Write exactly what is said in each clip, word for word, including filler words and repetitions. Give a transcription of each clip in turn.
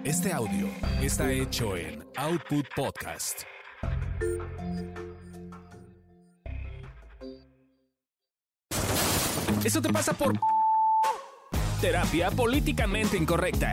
Este audio está hecho en Output Podcast. Eso te pasa por terapia políticamente incorrecta.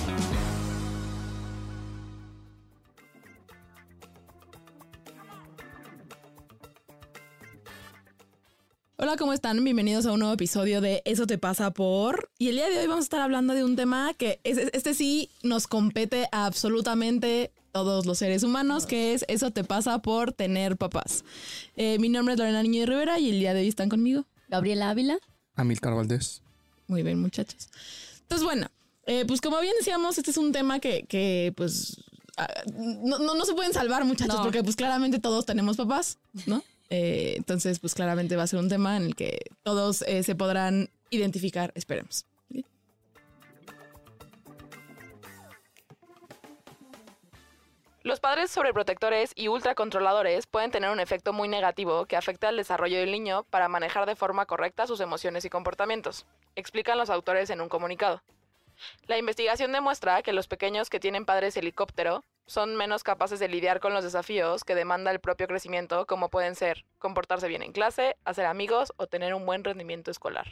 Hola, ¿cómo están? Bienvenidos a un nuevo episodio de Eso te pasa por... Y el día de hoy vamos a estar hablando de un tema que es, este sí nos compete a absolutamente todos los seres humanos, que es Eso te pasa por tener papás. Eh, mi nombre es Lorena Niño de Rivera y el día de hoy están conmigo Gabriela Ávila. Amílcar Valdés. Muy bien, muchachos. Entonces, bueno, eh, pues como bien decíamos, este es un tema que, que pues... No, no, no se pueden salvar, muchachos, no. Porque pues claramente todos tenemos papás, ¿no? Eh, entonces, pues claramente va a ser un tema en el que todos eh, se podrán identificar, esperemos. ¿Sí? Los padres sobreprotectores y ultracontroladores pueden tener un efecto muy negativo que afecta al desarrollo del niño para manejar de forma correcta sus emociones y comportamientos, explican los autores en un comunicado. La investigación demuestra que los pequeños que tienen padres helicóptero son menos capaces de lidiar con los desafíos que demanda el propio crecimiento, como pueden ser comportarse bien en clase, hacer amigos o tener un buen rendimiento escolar.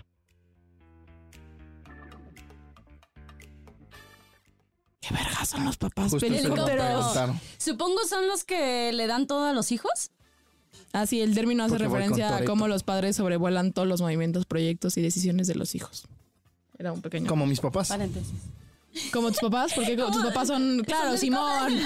¿Qué verga son los papás helicópteros? Supongo son los que le dan todo a los hijos. Ah, sí, el término hace Porque referencia a cómo los padres sobrevuelan todos los movimientos, proyectos y decisiones de los hijos. Era un pequeño. Como mis papás. Paréntesis. Como tus papás, porque tus papás son, claro, son Simón.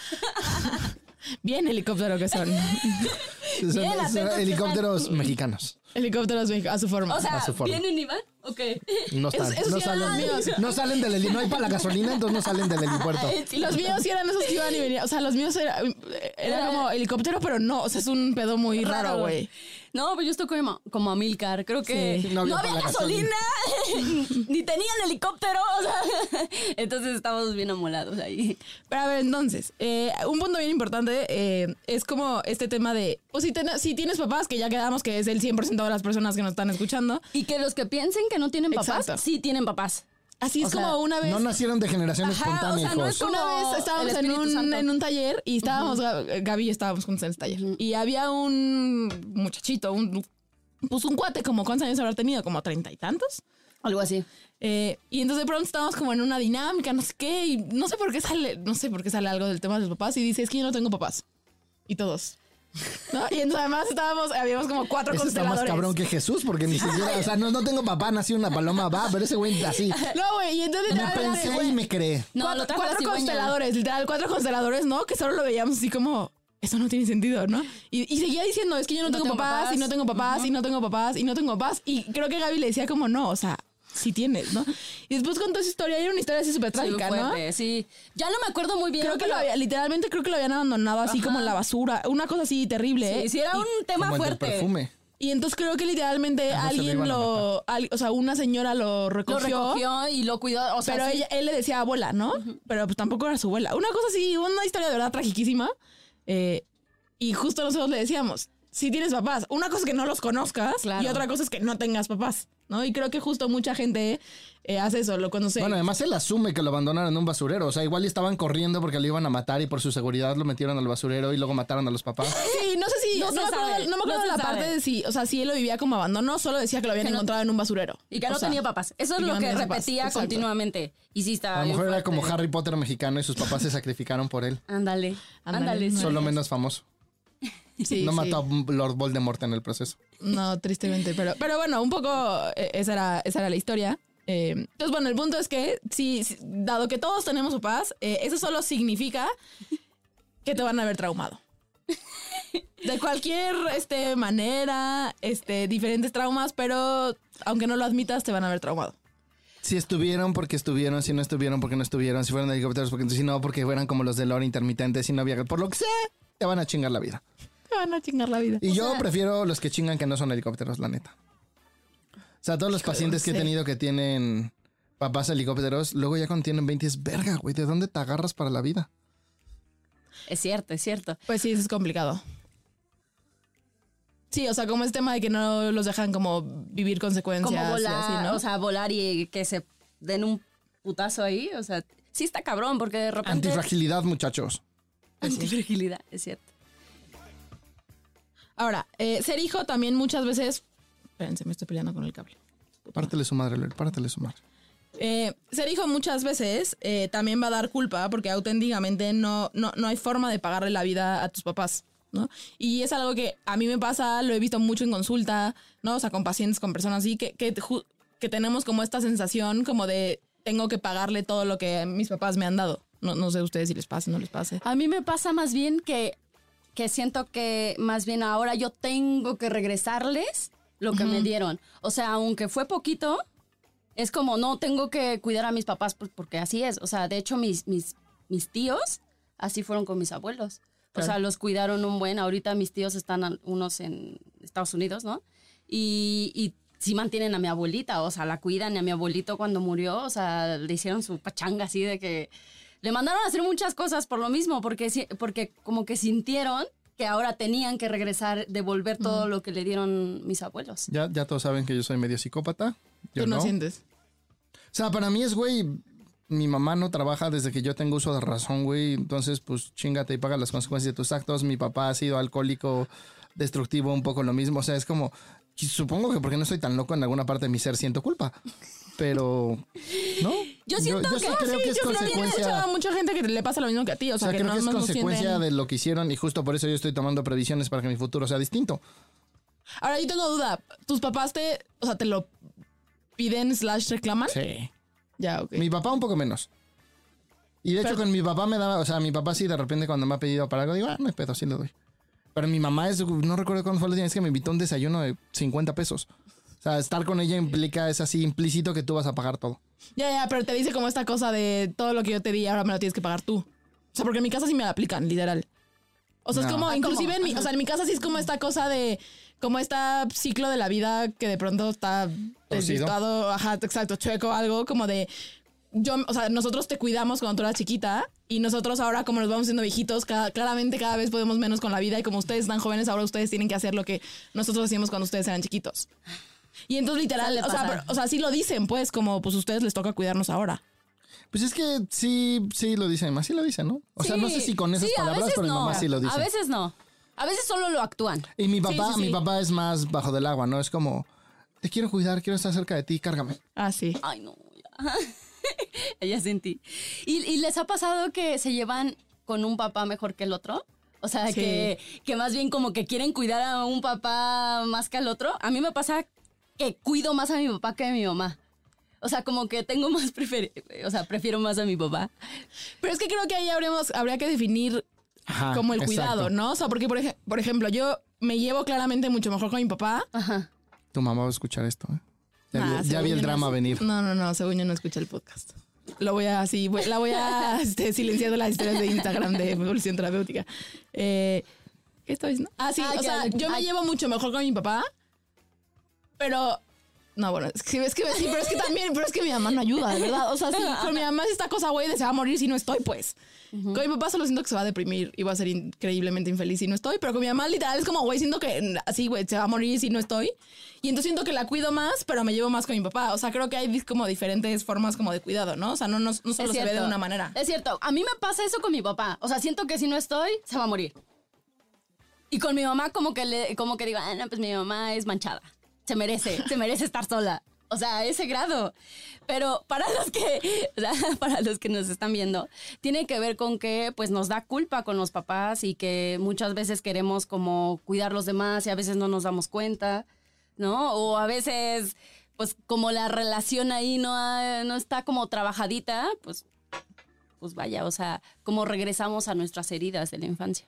Bien helicóptero que son. Son, Bien, son helicópteros mexicanos. Helicópteros a su forma. O sea, a su forma. ¿vienen y van? Ok. No están, Es- esos no sí eran salen, míos. no salen del heli, no hay para la gasolina, entonces no salen del helipuerto. Y los míos sí eran esos que iban y venían. O sea, los míos era, era como helicóptero, pero no. O sea, es un pedo muy raro, güey. No, pues yo estoy como, como Amílcar. Creo que Sí. no No había, había para la gasolina, ni tenían helicóptero. O sea, entonces estábamos bien amolados ahí. Pero a ver, entonces, eh, un punto bien importante eh, es como este tema de, pues si, ten- si tienes papás, que ya quedamos que es el cien por ciento de las personas que nos están escuchando. Y que los que piensen que no tienen papás, Exacto. sí tienen papás. Así es O sea, como una vez... No nacieron de generación Ajá, espontánea, o sea, no hijos. es como- Una vez estábamos el en Espíritu un, Santo. en un taller y estábamos, uh-huh. Gaby y yo estábamos juntos en el taller. Uh-huh. Y había un muchachito, un, pues un cuate, como cuántos años habrá tenido, como treinta y tantos. Algo así. Eh, y entonces de pronto estábamos como en una dinámica, no sé qué, y no sé por qué sale, no sé por qué sale algo del tema de los papás y dice, es que yo no tengo papás. Y todos. ¿No? Y entonces además estábamos, habíamos como cuatro Ese está más consteladores. cabrón que Jesús, porque ni siquiera, o sea, no, no tengo papá, nací una paloma, va, pero ese güey así. No, güey, y entonces Me literal, pensé güey, y me creé. No, cuatro, lo trajo la cuatro cigüeña. consteladores, literal, cuatro consteladores, ¿no? Que solo lo veíamos así como, eso no tiene sentido, ¿no? Y, y seguía diciendo, es que yo no, No tengo, tengo papás, papás. y no tengo papás, Ujú. y no tengo papás, y no tengo papás. Y creo que Gaby le decía como, no, o sea, sí tienes, ¿no? Y después contó esa historia, y era una historia así súper trágica, Sí, ¿no? fuerte, sí. Ya no me acuerdo muy bien. Creo que pero- lo había, literalmente creo que lo habían abandonado así Ajá. como en la basura, una cosa así terrible, Sí, ¿eh? sí, era un tema Como el del fuerte. perfume. Y entonces creo que literalmente No se lo alguien iban a lo, al- o sea, una señora lo Lo recogió. recogió y lo cuidó. O sea, Pero sí. ella, él le decía abuela, ¿no? Pero pues tampoco era su abuela. Una cosa así, una historia de verdad tragiquísima. Eh, y justo nosotros le decíamos, si tienes papás, una cosa es que no los conozcas Claro. y otra cosa es que no tengas papás, ¿no? Y creo que justo mucha gente eh, hace eso, lo conoce. Bueno, además él asume que lo abandonaron en un basurero. O sea, igual y estaban corriendo porque lo iban a matar y por su seguridad lo metieron al basurero y luego mataron a los papás. Sí, no sé si, no, No se me acuerdo, sabe, no me acuerdo no de se la parte sabe. de si, o sea, si él lo vivía como abandono, solo decía que lo habían Que no- encontrado en un basurero. Y que O no sea, tenía papás. Eso es y lo no que tenía papás. repetía Exacto. continuamente. Y sí estaba A lo bien mejor era fuerte. como Harry Potter mexicano y sus papás se sacrificaron por él. Ándale. Ándale, Ándale. no. Solo menos famoso. Sí, no sí. mató a Lord Voldemort en el proceso. No, tristemente, pero, pero bueno, un poco eh, esa era, esa era la historia. Eh, entonces, bueno, el punto es que, si, si- dado que todos tenemos papás, eh, eso solo significa que te van a haber traumado. De cualquier este, manera, este, diferentes traumas, pero aunque no lo admitas, te van a haber traumado. Si estuvieron porque estuvieron, si no estuvieron porque no estuvieron, si fueron helicópteros porque si no, porque fueran como los de Lore intermitentes, si no había, por lo que sea, te van a chingar la vida. Te van a chingar la vida. Y O yo sea- prefiero los que chingan que no son helicópteros, la neta. O sea, todos los pacientes que he sí. tenido que tienen papás helicópteros, luego ya cuando tienen veinte es verga, güey, ¿de dónde te agarras para la vida? Es cierto, es cierto. Pues sí, eso es complicado. Sí, o sea, como es tema de que no los dejan como vivir consecuencias. Como y volar, así, ¿no? o sea, volar y que se den un putazo ahí, o sea, sí está cabrón, porque de repente... Antifragilidad, muchachos. Antifragilidad, es cierto. Ahora, eh, ser hijo también muchas veces... Espérense, me estoy peleando con el cable. Pártele su madre, Lore, pártele su madre. Eh, ser hijo muchas veces eh, también va a dar culpa porque auténticamente no, no, no hay forma de pagarle la vida a tus papás, ¿no? Y es algo que a mí me pasa, lo he visto mucho en consulta, ¿no? O sea, con pacientes, con personas así, que, que, que tenemos como esta sensación como de tengo que pagarle todo lo que mis papás me han dado. No, no sé ustedes si les pasa o no les pase. A mí me pasa más bien que, que siento que más bien ahora yo tengo que regresarles lo que uh-huh. me dieron. O sea, aunque fue poquito... Es como, no, tengo que cuidar a mis papás porque así es. O sea, de hecho, mis, mis, mis tíos así fueron con mis abuelos. Claro. O sea, los cuidaron un buen. Ahorita mis tíos están unos en Estados Unidos, ¿no? Y, y sí mantienen a mi abuelita. O sea, la cuidan. Y a mi abuelito cuando murió, o sea, le hicieron su pachanga así de que... Le mandaron a hacer muchas cosas por lo mismo. Porque, porque como que sintieron que ahora tenían que regresar, devolver todo uh-huh. lo que le dieron mis abuelos. Ya, ya todos saben que yo soy medio psicópata. Yo ¿Tú no, no sientes? O sea, para mí es, güey, mi mamá no trabaja desde que yo tengo uso de razón, güey. Entonces, pues, chingate y paga las consecuencias de tus actos. Mi papá ha sido alcohólico, destructivo, un poco lo mismo. O sea, es como, supongo que porque no soy tan loco en alguna parte de mi ser siento culpa. Pero, ¿no? Yo siento yo, yo que, sí creo sí, que es yo consecuencia. He escuchado a mucha gente que le pasa lo mismo que a ti. O sea, o sea que creo no, que es no consecuencia sienten... de lo que hicieron y justo por eso yo estoy tomando previsiones para que mi futuro sea distinto. Ahora, yo tengo duda. ¿Tus papás te, o sea, te lo piden slash reclaman? Sí. Ya, ok. Mi papá un poco menos. Y de Pero... hecho con mi papá me daba, o sea, mi papá sí de repente cuando me ha pedido para algo, digo, ah, no hay pedo, sí le doy. Pero mi mamá es, no recuerdo cuándo fue la última vez que me invitó a un desayuno de cincuenta pesos. O sea, estar con ella implica, es así implícito que tú vas a pagar todo. Ya, ya, pero te dice como esta cosa de todo lo que yo te di ahora me lo tienes que pagar tú. O sea, porque en mi casa sí me la aplican, literal. O sea, no. es como, ah, inclusive en mi, o sea, en mi casa sí es como esta cosa de, como este ciclo de la vida que de pronto está desvirtuado, ajá, exacto, chueco, algo como de, yo, o sea, nosotros te cuidamos cuando tú eras chiquita y nosotros ahora como nos vamos siendo viejitos, cada, claramente cada vez podemos menos con la vida y como ustedes están jóvenes, ahora ustedes tienen que hacer lo que nosotros hacíamos cuando ustedes eran chiquitos. Y entonces literal, o sea, pero, o sea, sí lo dicen, pues, como pues ustedes les toca cuidarnos ahora. Pues es que sí, sí lo dicen, más sí lo dicen, ¿no? O sí, sea, no sé si con esas sí, palabras, pero no. mi mamá sí lo dice. A veces no. A veces solo lo actúan. Y mi papá, sí, sí, mi sí. papá es más bajo del agua, ¿no? Es como, te quiero cuidar, quiero estar cerca de ti, cárgame. Ah, sí. Ay, no, ya. Ella sentí. ¿Y, ¿Y les ha pasado que se llevan con un papá mejor que el otro? O sea, sí. que, que más bien como que quieren cuidar a un papá más que al otro. A mí me pasa que cuido más a mi papá que a mi mamá. O sea, como que tengo más prefer... O sea, prefiero más a mi papá. Pero es que creo que ahí habríamos, habría que definir Ajá, como el exacto. cuidado, ¿no? O sea, porque, por, ej- por ejemplo, yo me llevo claramente mucho mejor con mi papá. Ajá. Tu mamá va a escuchar esto, ¿eh? Ya, nah, vi, ya vi el drama no, venir. No, no, no, según yo no escucha el podcast. Lo voy a, así, voy, la voy a este, silenciar de las historias de Instagram de evolución terapéutica. Eh, ¿Qué estoy diciendo? Ah, sí, ay, o sea, yo me ay. llevo mucho mejor con mi papá, pero... No, bueno, es que, es que sí, pero es que también, pero es que mi mamá no ayuda, de verdad. O sea, sí, con mi mamá es esta cosa, güey, de se va a morir si no estoy, pues. Uh-huh. Con mi papá solo siento que se va a deprimir y va a ser increíblemente infeliz si no estoy, pero con mi mamá literal es como, güey, siento que así, güey, se va a morir si no estoy. Y entonces siento que la cuido más, pero me llevo más con mi papá. O sea, creo que hay como diferentes formas como de cuidado, ¿no? O sea, no, no, no solo se ve de una manera. Es cierto, a mí me pasa eso con mi papá. O sea, siento que si no estoy, se va a morir. Y con mi mamá como que, le, como que digo, ah, no, pues mi mamá es manchada. Se merece, se merece estar sola. O sea, a ese grado. Pero para los que, o sea, para los que nos están viendo, tiene que ver con que pues nos da culpa con los papás y que muchas veces queremos como cuidar los demás y a veces no nos damos cuenta, ¿no? O a veces, pues como la relación ahí no, ha, no está como trabajadita, pues, pues vaya, o sea, como regresamos a nuestras heridas de la infancia.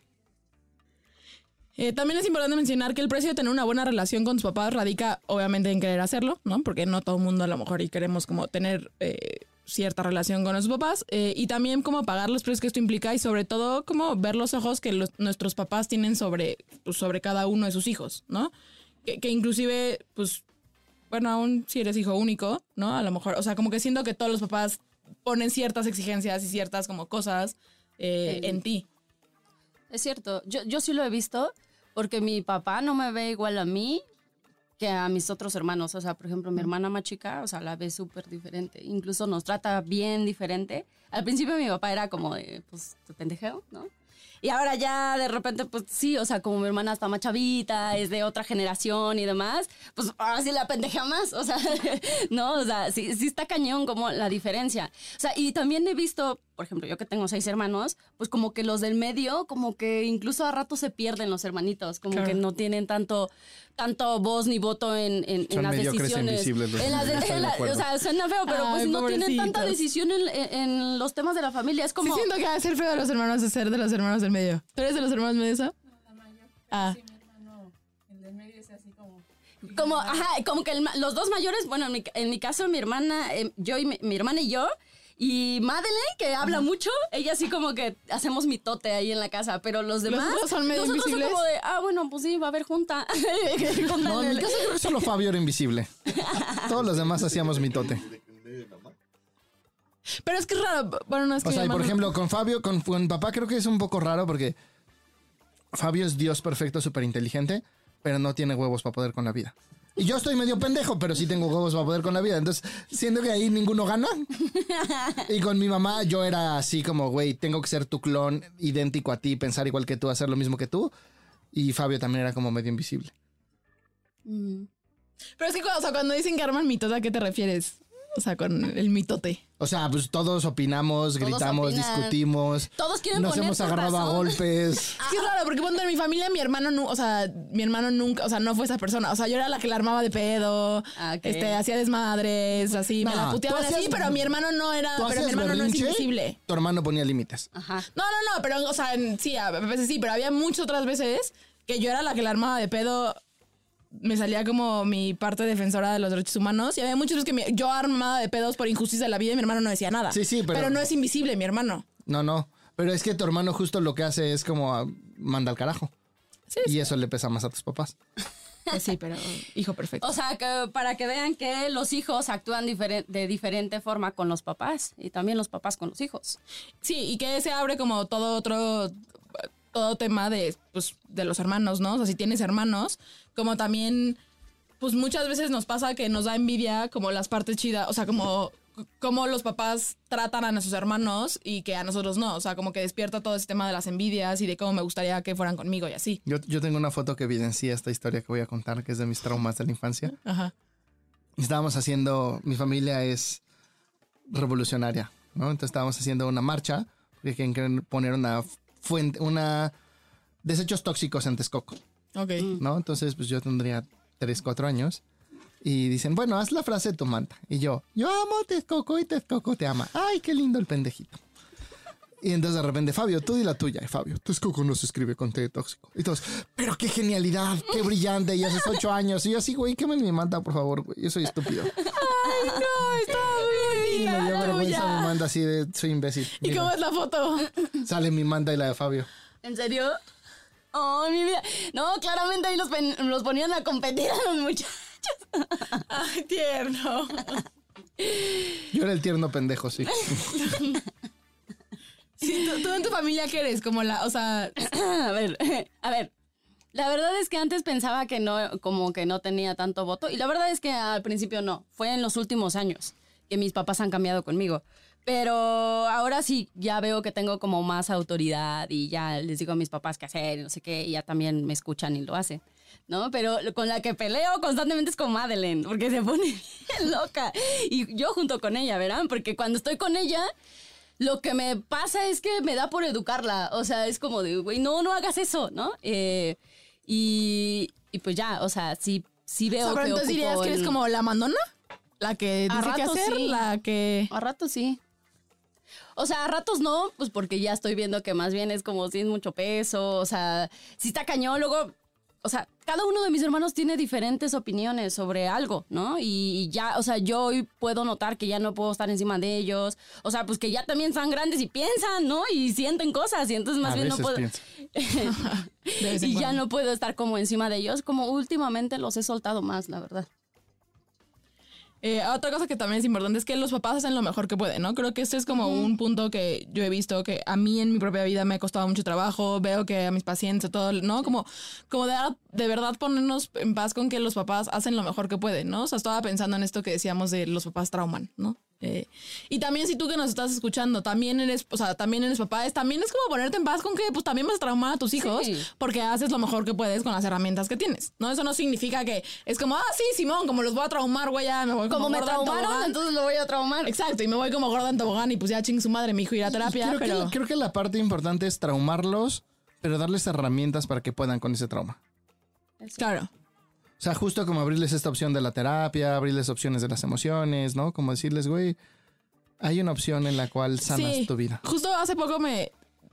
Eh, también es importante mencionar que el precio de tener una buena relación con tus papás radica obviamente en querer hacerlo, ¿no? Porque no todo el mundo a lo mejor y queremos como tener eh, cierta relación con nuestros papás eh, y también como pagar los precios que esto implica y sobre todo como ver los ojos que los, nuestros papás tienen sobre, pues, sobre cada uno de sus hijos, ¿no? Que, que inclusive, pues, bueno, aún si eres hijo único, ¿no? A lo mejor, o sea, como que siento que todos los papás ponen ciertas exigencias y ciertas como cosas eh, sí. en ti. Es cierto, yo, yo sí lo he visto. Porque mi papá no me ve igual a mí que a mis otros hermanos. O sea, por ejemplo, mi hermana más chica, o sea, la ve súper diferente. Incluso nos trata bien diferente. Al principio mi papá era como de, pues, te pendejeo, ¿no? Y ahora ya de repente, pues sí, o sea, como mi hermana está más chavita, es de otra generación y demás, pues ahora sí la pendejea más, o sea, no, o sea, sí, sí está cañón como la diferencia. O sea, y también he visto, por ejemplo, yo que tengo seis hermanos, pues como que los del medio, como que incluso a rato se pierden los hermanitos, como claro. que no tienen tanto, tanto voz ni voto en, en, en las decisiones. Invisibles los en las de, en la, o sea, suena feo, pero Ay, pues no pobrecitos. tienen tanta decisión en, en, en los temas de la familia. Es como... Sí, siento que va a ser feo de los hermanos de ser de los hermanos del medio. ¿Tú eres de los hermanos medios? No, la mayor. Ah. Sí, mi hermano, el del medio es así como... Como, ajá, como que el, los dos mayores, bueno, en mi, en mi caso, mi hermana, eh, yo y mi, mi hermana y yo, y Madeleine, que habla ajá. mucho, ella sí como que hacemos mitote ahí en la casa, pero los demás, los otros son medio nosotros invisibles. Son como de, ah, bueno, pues sí, va a haber junta. No, en mi caso creo que solo Fabio era invisible. Todos los demás hacíamos mitote. Pero es que es raro. Bueno, no es que o sea, y por hermano... ejemplo, con Fabio, con, con papá creo que es un poco raro porque Fabio es Dios perfecto, súper inteligente, pero no tiene huevos para poder con la vida. Y yo estoy medio pendejo, pero sí tengo huevos para poder con la vida. Entonces, siento que ahí ninguno gana. Y con mi mamá yo era así como, güey, tengo que ser tu clon, idéntico a ti, pensar igual que tú, hacer lo mismo que tú. Y Fabio también era como medio invisible. Mm. Pero es que cuando, o sea, cuando dicen que arman mitote, ¿a qué te refieres? O sea, con el mitote. O sea, pues todos opinamos, todos gritamos, opinan. discutimos. Todos quieren Nos poner hemos su agarrado razón. a golpes. Es que es raro, porque bueno, en mi familia mi hermano, no, o sea, mi hermano nunca, o sea, no fue esa persona. O sea, yo era la que la armaba de pedo, Ah, ok. este, hacía desmadres, así, No, me la puteaban tú hacías- así, pero mi hermano no era, ¿Tú pero mi hacías hermano no es berrinche? invisible. Tu hermano ponía límites. Ajá. No, no, no, pero, o sea, en- sí, a veces sí, pero había muchas otras veces que yo era la que la armaba de pedo. Me salía como mi parte defensora de los derechos humanos. Y había muchos veces que mi- yo armaba de pedos por injusticia de la vida y mi hermano no decía nada. Sí, sí, pero- Pero no es invisible, mi hermano. No, no. Pero es que tu hermano justo lo que hace es como ah, manda al carajo. Sí, Y eso le pesa más a tus papás. Pues sí, pero hijo perfecto. O sea, que para que vean que los hijos actúan diferen- de diferente forma con los papás y también los papás con los hijos. Sí, y que se abre como todo otro todo tema de, pues, de los hermanos, ¿no? O sea, si tienes hermanos, como también, pues muchas veces nos pasa que nos da envidia como las partes chidas, o sea, como cómo los papás tratan a nuestros hermanos y que a nosotros no. O sea, como que despierta todo ese tema de las envidias y de cómo me gustaría que fueran conmigo y así. Yo, yo tengo una foto que evidencia esta historia que voy a contar, que es de mis traumas de la infancia. Ajá. Estábamos haciendo, mi familia es revolucionaria, ¿no? Entonces estábamos haciendo una marcha, porque quieren poner una fuente, una desechos tóxicos en Texcoco, Ok. ¿no? Entonces, pues yo tendría tres, cuatro años. Y dicen, bueno, haz la frase de tu manta. Y yo, yo amo Texcoco y Texcoco te ama. Ay, qué lindo el pendejito. Y entonces de repente, Fabio, tú di la tuya. Y Fabio, Texcoco no se escribe con té tóxico. Y todos, pero qué genialidad, qué brillante. Y hace ocho años. Y yo así, güey, quémame mi manta, por favor, güey. Yo soy estúpido. Ay, no, estaba muy Y me bonita dio la vergüenza tuya. mi manta así de, soy imbécil. ¿Y Mira, cómo es la foto? sale mi manta y la de Fabio. ¿En serio? Oh, mi vida. No, claramente ahí los, pen- los ponían a competir a los muchachos. Ay, tierno. Yo era el tierno pendejo, sí. Sí, ¿tú, tú en tu familia qué eres? Como la, o sea, A ver, a ver. La verdad es que antes pensaba que no, como que no tenía tanto voto. Y la verdad es que al principio no. Fue en los últimos años que mis papás han cambiado conmigo. Pero ahora sí, ya veo que tengo como más autoridad y ya les digo a mis papás qué hacer y no sé qué. Y ya también me escuchan y lo hacen, ¿no? Pero con la que peleo constantemente es con Madeleine, porque se pone bien loca. Y yo junto con ella, ¿verdad? Porque cuando estoy con ella, lo que me pasa es que me da por educarla. O sea, es como de, güey, no, no hagas eso, ¿no? Eh, y, y pues ya, o sea, sí, sí veo o sea, pero que entonces ocupo dirías que eres el- como la mandona, la que A dice qué ratos hacer, sí. la que... A ratos sí. O sea, a ratos no, pues porque ya estoy viendo que más bien es como si es mucho peso, o sea, si está cañón, luego, o sea, cada uno de mis hermanos tiene diferentes opiniones sobre algo, ¿no? Y ya, o sea, yo hoy puedo notar que ya no puedo estar encima de ellos, o sea, pues que ya también son grandes y piensan, ¿no? Y sienten cosas, y entonces más A bien no veces puedo... pienso. De vez en y ya cuando. no puedo estar como encima de ellos, como últimamente los he soltado más, la verdad. Eh, otra cosa que también es importante es que los papás hacen lo mejor que pueden, ¿no? Creo que este es como uh-huh. un punto que yo he visto que a mí en mi propia vida me ha costado mucho trabajo. Veo que a mis pacientes, todo, ¿no? Como, como de, de verdad ponernos en paz con que los papás hacen lo mejor que pueden, ¿no? O sea, estaba pensando en esto que decíamos de los papás trauman, ¿no? Eh, y también si tú que nos estás escuchando también eres, o sea, también eres papá, es, también es como ponerte en paz con que pues también vas a traumar a tus hijos sí. porque haces lo mejor que puedes con las herramientas que tienes, ¿no? Eso no significa que es como, ah, sí, Simón, como los voy a traumar, güey, ya me voy como, como me traumaron, entonces lo voy a traumar. Exacto, y me voy como gorda en tobogán y pues ya ching su madre, mi hijo irá a terapia, creo pero... Que, creo que la parte importante es traumarlos, pero darles herramientas para que puedan con ese trauma. Claro. O sea, justo como abrirles esta opción de la terapia, abrirles opciones de las emociones, ¿no? Como decirles, güey, hay una opción en la cual sanas sí, tu vida. Justo hace poco me...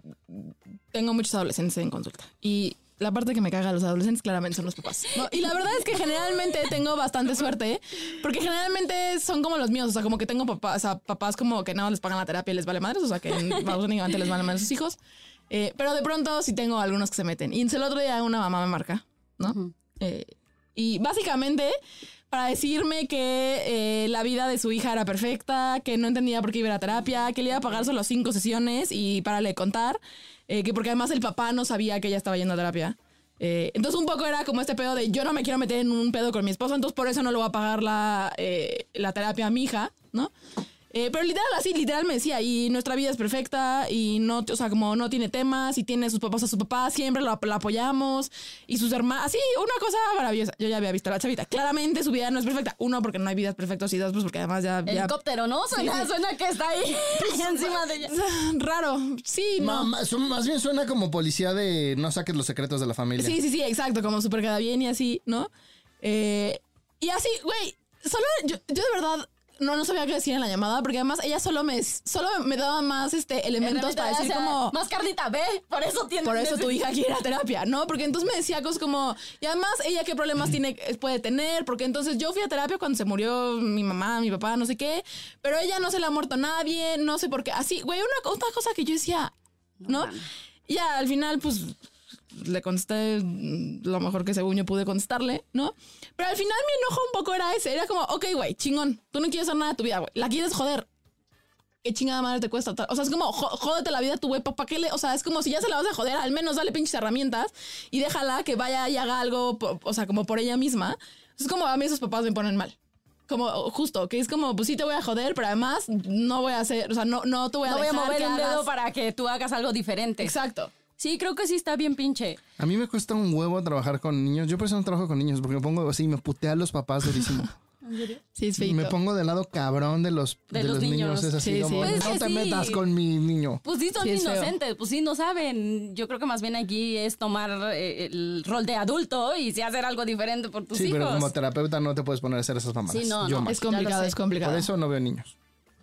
Tengo muchos adolescentes en consulta. Y la parte que me caga a los adolescentes claramente son los papás, ¿no? Y la verdad es que generalmente tengo bastante suerte. Porque generalmente son como los míos. O sea, como que tengo papás, o sea, papás como que no les pagan la terapia y les vale madres. O sea, que únicamente les vale madres sus hijos. Eh, pero de pronto sí tengo algunos que se meten. Y el otro día una mamá me marca, ¿no? Uh-huh. Eh, y básicamente... para decirme que eh, la vida de su hija era perfecta, que no entendía por qué iba a ir a terapia, que le iba a pagar solo cinco sesiones y párale de contar, eh, que porque además el papá no sabía que ella estaba yendo a terapia. Eh, entonces un poco era como este pedo de yo no me quiero meter en un pedo con mi esposo, entonces por eso no le voy a pagar la, eh, la terapia a mi hija, ¿no? Eh, pero literal, así, literal me decía, y nuestra vida es perfecta, y no, o sea, como no tiene temas, y tiene sus papás a su papá, siempre la, la apoyamos, y sus hermanos, así, una cosa maravillosa. Yo ya había visto a la chavita. Claramente su vida no es perfecta. Uno, porque no hay vidas perfectas, y dos, pues porque además ya... ya... Helicóptero, ¿no? Suena, sí. suena que está ahí encima de ella. Raro, sí, no. Más, más bien suena como policía de no saques los secretos de la familia. Sí, sí, sí, exacto, como súper queda bien y así, ¿no? Eh, y así, güey, solo yo, yo de verdad... No, no sabía qué decir en la llamada, porque además ella solo me, solo me daba más este, elementos para decir como... Más carnita, ve, por eso tiene... Por eso tu hija quiere ir a terapia, ¿no? Porque entonces me decía cosas como... Y además, ella qué problemas tiene, puede tener, porque entonces yo fui a terapia cuando se murió mi mamá, mi papá, no sé qué, pero ella no se le ha muerto a nadie, no sé por qué. Así, güey, una otra cosa que yo decía, ¿no? no y ya, al final, pues... le contesté lo mejor que según yo pude contestarle, ¿no? Pero al final mi enojo un poco era ese. Era como, ok, güey, chingón. Tú no quieres hacer nada de tu vida, güey. La quieres joder. ¿Qué chingada madre te cuesta? O sea, es como, jódete la vida tu güey. ¿Para qué le...? O sea, es como si ya se la vas a joder, al menos dale pinches herramientas y déjala que vaya y haga algo, o sea, como por ella misma. Es como a mí esos papás me ponen mal. Como justo, que es como, pues sí te voy a joder, pero además no voy a hacer, o sea, no, no te voy a no dejar voy a mover que un hagas... dedo para que tú hagas algo diferente. Exacto. Sí, creo que sí está bien pinche. A mí me cuesta un huevo trabajar con niños. Yo por eso no trabajo con niños, porque me pongo así, me putea a los papás durísimo. Sí, es feito. Me pongo del lado cabrón de los, de de los, los niños. niños. Es así sí, como, sí. no Pues te sí. metas con mi niño. Pues sí, son sí, inocentes, pues sí, no saben. Yo creo que más bien aquí es tomar eh, el rol de adulto y sí hacer algo diferente por tus sí, hijos. Sí, pero como terapeuta no te puedes poner a hacer esas mamadas. Sí, no, Yo no. más. Es complicado, es complicado. Por eso no veo niños.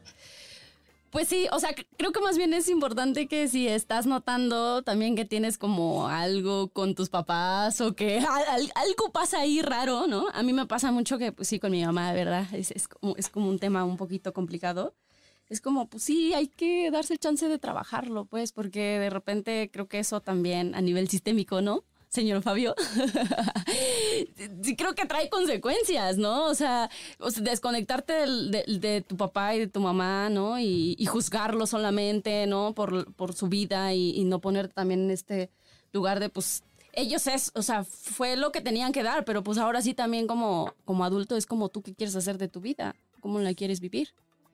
Pues sí, o sea, creo que más bien es importante que si estás notando también que tienes como algo con tus papás o que al, algo pasa ahí raro, ¿no? A mí me pasa mucho que, pues sí, con mi mamá, de verdad, es, es, como, es como un tema un poquito complicado. Es como, pues sí, hay que darse el chance de trabajarlo, pues, porque de repente creo que eso también a nivel sistémico, ¿no? Señor Fabio, sí creo que trae consecuencias, ¿no? O sea, o sea desconectarte del, de, de tu papá y de tu mamá, ¿no? Y, y juzgarlo solamente, ¿no? Por, por su vida y, y no ponerte también en este lugar de, pues, ellos es, o sea, fue lo que tenían que dar, pero pues ahora sí también como, como adulto es como tú qué quieres hacer de tu vida, cómo la quieres vivir.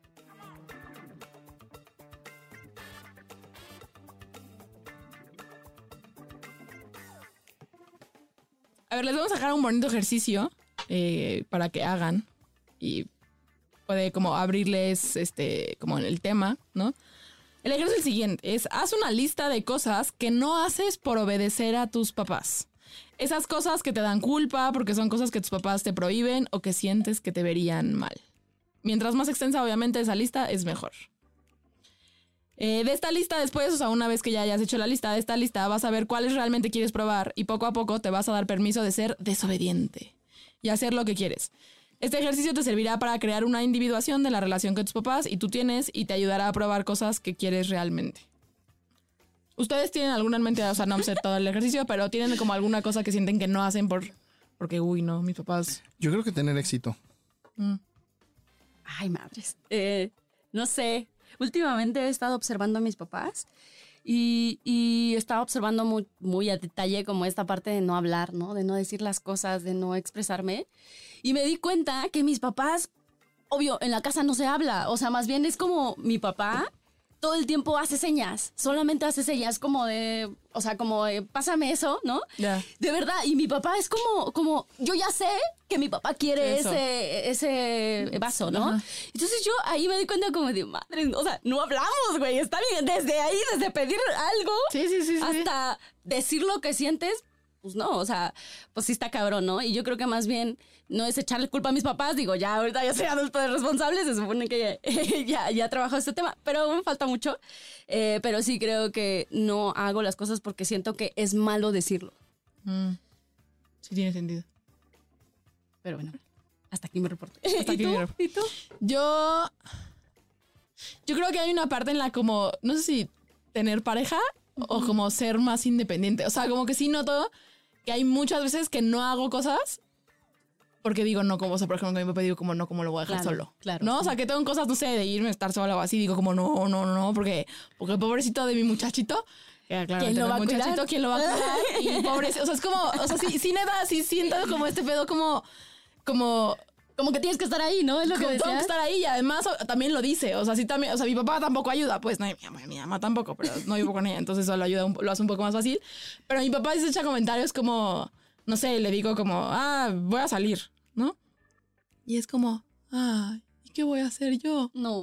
A ver, les vamos a dejar un bonito ejercicio eh, para que hagan y puede como abrirles este como el tema, ¿no? El ejercicio es el siguiente, es haz una lista de cosas que no haces por obedecer a tus papás. Esas cosas que te dan culpa porque son cosas que tus papás te prohíben o que sientes que te verían mal. Mientras más extensa obviamente esa lista es mejor. Eh, de esta lista después, o sea, una vez que ya hayas hecho la lista, de esta lista vas a ver cuáles realmente quieres probar y poco a poco te vas a dar permiso de ser desobediente y hacer lo que quieres. Este ejercicio te servirá para crear una individuación de la relación que tus papás y tú tienes y te ayudará a probar cosas que quieres realmente. Ustedes tienen alguna en mente, o sea, no sé todo el ejercicio, pero tienen como alguna cosa que sienten que no hacen por porque, uy, no, mis papás... Yo creo que tener éxito. Mm. Ay, madres. Eh, no sé. Últimamente he estado observando a mis papás y, y estaba observando muy, muy a detalle como esta parte de no hablar, ¿no? De no decir las cosas, de no expresarme. Y me di cuenta que mis papás, obvio, en la casa no se habla. O sea, más bien es como mi papá todo el tiempo hace señas. Solamente hace señas como de... O sea, como de, pásame eso, ¿no? Yeah. De verdad. Y mi papá es como... como yo ya sé que mi papá quiere Eso. ese, ese vaso, ¿no? Ajá. Entonces yo ahí me di cuenta como de, madre, o sea, no hablamos, güey. Está bien. Desde ahí, desde pedir algo Sí, sí, sí, sí. hasta decir lo que sientes, pues no, o sea, pues sí está cabrón, ¿no? Y yo creo que más bien no es echarle culpa a mis papás, digo, ya ahorita ya soy adulto de responsable, se supone que ya, ya, ya trabajo este tema, pero me falta mucho, eh, pero sí creo que no hago las cosas porque siento que es malo decirlo. Mm. Sí tiene sentido. Pero bueno, hasta aquí me reporto. Hasta ¿Y aquí tú? mi reporte. ¿Y tú? Yo... Yo creo que hay una parte en la como... No sé si tener pareja uh-huh. o como ser más independiente. O sea, como que sí noto que hay muchas veces que no hago cosas porque digo no, como, o sea, por ejemplo, con mi papá digo como no, como lo voy a dejar Claro, solo. claro, ¿no? sí. O sea, que tengo cosas, no sé, de irme a estar sola o así, digo como no, no, no, porque, porque el pobrecito de mi muchachito, que claro, ¿Quién lo va a muchachito, cuidar? ¿quién lo va a cuidar? Y pobrecito, o sea, es como, o sea, sí, sí, neta, sí siento como este pedo como, como... Como que tienes que estar ahí, ¿no? Es lo que Como tengo que decías. estar ahí y además o- también lo dice. O sea, sí también, o sea, mi papá tampoco ayuda. Pues no, mi mamá, mi mamá tampoco, pero no vivo con ella. Entonces eso lo ayuda, un- lo hace un poco más fácil. Pero mi papá se echa comentarios como, no sé, le digo como, ah, voy a salir, ¿no? Y es como, ah, ¿y qué voy a hacer yo? No,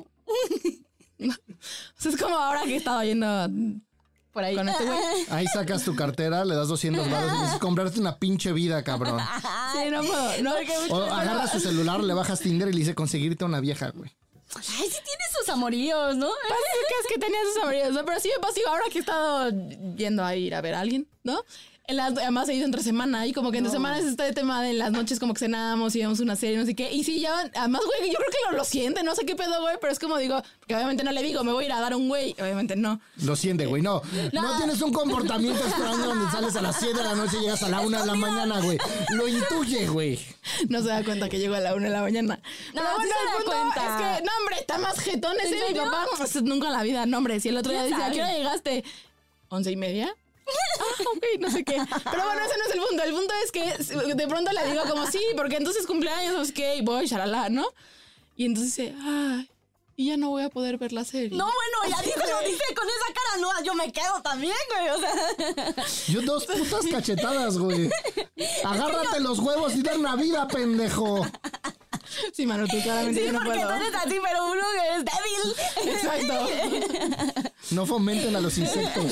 O sea, es como ahora que he estado yendo por ahí. con este güey. Ahí sacas tu cartera, le das doscientos baros y dices, comprarte una pinche vida, cabrón. Sí, no puedo. No, O agarras su celular, le bajas Tinder y le dice conseguirte una vieja, güey. Ay, sí tiene sus amoríos, ¿no? Parece que es que tenía sus amoríos, ¿no? Pero sí me pasa ahora que he estado yendo a ir a ver a alguien, ¿no? En las, además he ido entre semana y como que entre No. semanas está el tema de las noches como que cenamos y vemos una serie, no sé qué. Y sí, ya, además, güey, yo creo que lo, lo siente, no sé qué pedo, güey, pero es como digo, porque obviamente no le digo, me voy a ir a dar un güey, obviamente no. Lo siente, güey. No, no, No. tienes un comportamiento extraño donde sales a las siete de la noche y llegas a la una de la mañana, güey. Lo intuye, güey. No se da cuenta que llego a la una de la mañana. No, Pero sí bueno, se el da punto cuenta. es que, no, hombre, está más jetón ese ¿En mi serio? papá. Pues, nunca en la vida, no, hombre. Si el otro día ¿Quién decía, ¿a qué hora sabe? llegaste? ¿Once y media? Ah, ok, no sé qué. Pero bueno, ese no es el punto. El punto es que de pronto le digo como, sí, porque entonces cumpleaños, no sé qué, y voy, shalala, ¿no? Y entonces dice, ay, y ya no voy a poder ver la serie. No, bueno, ya sí te lo dice con esa cara, no, yo me quedo también, güey, o sea. Yo dos putas cachetadas, güey. Agárrate los huevos y dar una vida, pendejo. Sí, mano, tú claramente Sí, yo no porque puedo. tú eres así, pero uno que es débil. Exacto. No fomenten a los insectos.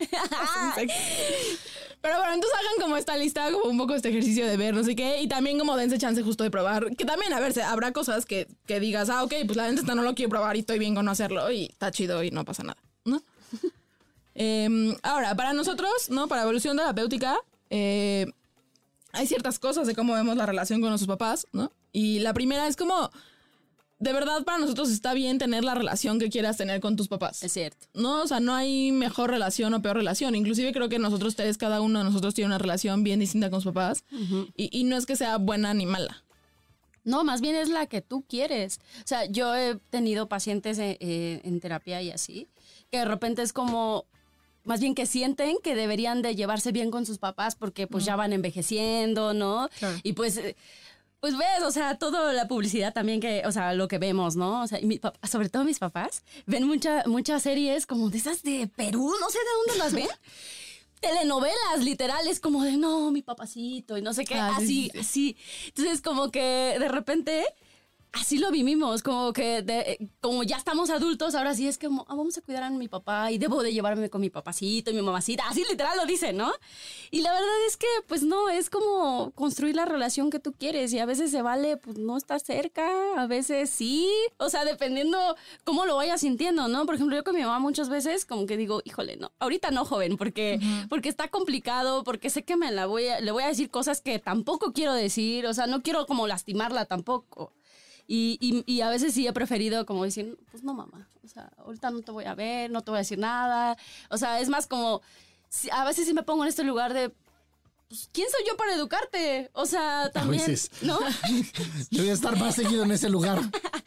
Pero bueno, entonces hagan como esta lista, como un poco este ejercicio de ver, no sé qué, y también como dense chance justo de probar, que también, a ver, se- habrá cosas que, que digas, ah, ok, pues la gente esta no lo quiero probar y estoy bien con no hacerlo y está chido y no pasa nada, ¿no? Em, ahora, para nosotros, ¿no? Para evolución terapéutica, eh, hay ciertas cosas de cómo vemos la relación con nuestros papás, ¿no? Y la primera es como, de verdad para nosotros está bien tener la relación que quieras tener con tus papás. Es cierto. No, o sea, no hay mejor relación o peor relación. Inclusive creo que nosotros tres, cada uno de nosotros tiene una relación bien distinta con sus papás. y, y no es que sea buena ni mala. No, más bien es la que tú quieres. O sea, yo he tenido pacientes eh, eh, en terapia y así, que de repente es como, más bien que sienten que deberían de llevarse bien con sus papás porque pues ya van envejeciendo, ¿no? Claro. Y pues... eh, Pues ves, o sea, toda la publicidad también que, o sea, lo que vemos, ¿no? O sea, y mi papá, sobre todo mis papás, ven mucha, muchas series como de esas de Perú, no sé de dónde las ven. Telenovelas literales como de, no, mi papacito y no sé qué, Ah, sí, así, sí, sí. así. Entonces como que de repente... Así lo vivimos, como que de- como ya estamos adultos, ahora sí es como, ah, vamos a cuidar a mi papá y debo de llevarme con mi papacito y mi mamacita, así literal lo dicen, ¿no? Y la verdad es que, pues no, es como construir la relación que tú quieres y a veces se vale, pues no estar cerca, a veces sí, o sea, dependiendo cómo lo vayas sintiendo, ¿no? Por ejemplo, yo con mi mamá muchas veces como que digo, híjole, no, ahorita no, joven, porque, porque está complicado, porque sé que me la voy a, le voy a decir cosas que tampoco quiero decir, o sea, no quiero como lastimarla tampoco. Y, y, y a veces sí he preferido como decir, pues no, mamá, o sea, ahorita no te voy a ver, no te voy a decir nada. O sea, es más como, si- a veces sí me pongo en este lugar de, pues, ¿quién soy yo para educarte? O sea, también, A veces. ¿no? Yo voy a estar más seguido en ese lugar.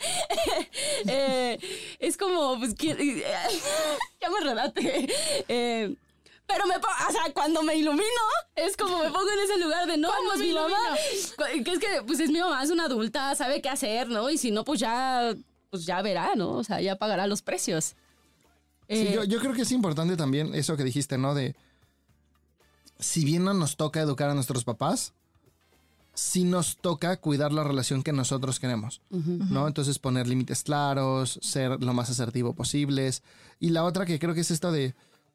eh, es como, pues, ¿quién? Ya me relate. Eh, pero me pongo, o sea, cuando me ilumino, es como me pongo en ese lugar de no, pues mi mamá, que es que, pues es mi mamá, es una adulta, sabe qué hacer, ¿no? Y si no, pues ya, pues ya verá, ¿no? O sea, ya pagará los precios. Sí, Eh, yo, yo creo que es importante también eso que dijiste, ¿no? De, si bien no nos toca educar a nuestros papás, sí nos toca cuidar la relación que nosotros queremos, uh-huh. ¿no? Entonces poner límites claros, ser lo más asertivo posibles. Y la otra que creo que es esto de,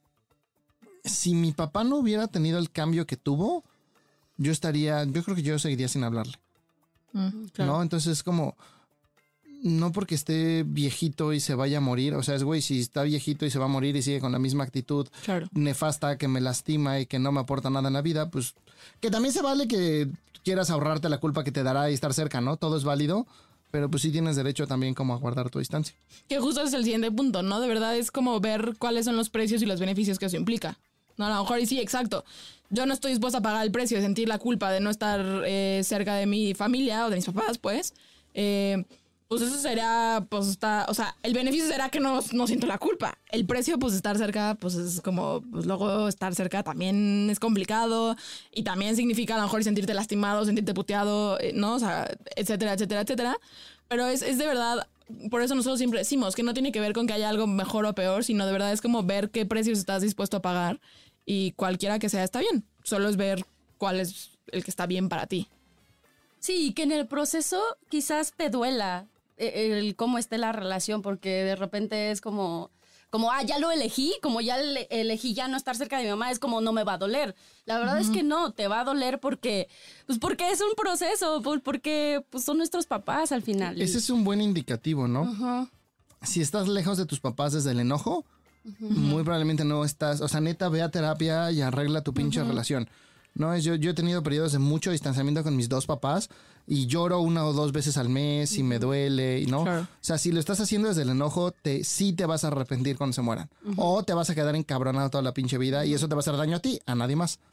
si mi papá no hubiera tenido el cambio que tuvo, yo estaría, yo creo que yo seguiría sin hablarle, uh, claro. ¿no? Entonces es como, no porque esté viejito y se vaya a morir, o sea, es güey, si está viejito y se va a morir y sigue con la misma actitud claro. nefasta que me lastima y que no me aporta nada en la vida, pues que también se vale que quieras ahorrarte la culpa que te dará y estar cerca, ¿no? Todo es válido, pero pues sí tienes derecho también como a guardar tu distancia. Que justo es el siguiente punto, ¿no? De verdad es como ver cuáles son los precios y los beneficios que eso implica. No, a lo mejor y sí, exacto. Yo no estoy dispuesta a pagar el precio de sentir la culpa de no estar eh, cerca de mi familia o de mis papás, pues. Eh, pues eso sería, pues, está, o sea, el beneficio será que no, no siento la culpa. El precio, pues, estar cerca, pues, es como, pues, luego estar cerca también es complicado y también significa a lo mejor sentirte lastimado, sentirte puteado, eh, ¿no? O sea, etcétera, etcétera, etcétera. Pero es, es de verdad, por eso nosotros siempre decimos que no tiene que ver con que haya algo mejor o peor, sino de verdad es como ver qué precios estás dispuesto a pagar y cualquiera que sea está bien. Solo es ver cuál es el que está bien para ti. Sí, que en el proceso quizás te duela el, el cómo esté la relación, porque de repente es como, como, ah, ya lo elegí, como ya le, elegí ya no estar cerca de mi mamá, es como no me va a doler. La verdad uh-huh. es que no, te va a doler porque, pues porque es un proceso, porque pues son nuestros papás al final. Ese es un buen indicativo, ¿no? Uh-huh. Si estás lejos de tus papás desde el enojo, uh-huh. muy probablemente no estás, o sea, neta, ve a terapia y arregla tu pinche uh-huh. relación. No, yo, yo he tenido periodos de mucho distanciamiento con mis dos papás y lloro una o dos veces al mes y me duele, ¿no? Claro. O sea, si lo estás haciendo desde el enojo, te, sí te vas a arrepentir cuando se mueran. Uh-huh. O te vas a quedar encabronado toda la pinche vida y eso te va a hacer daño a ti, a nadie más.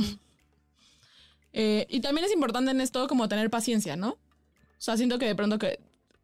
eh, y también es importante en esto como tener paciencia, ¿no? O sea, siento que de pronto que...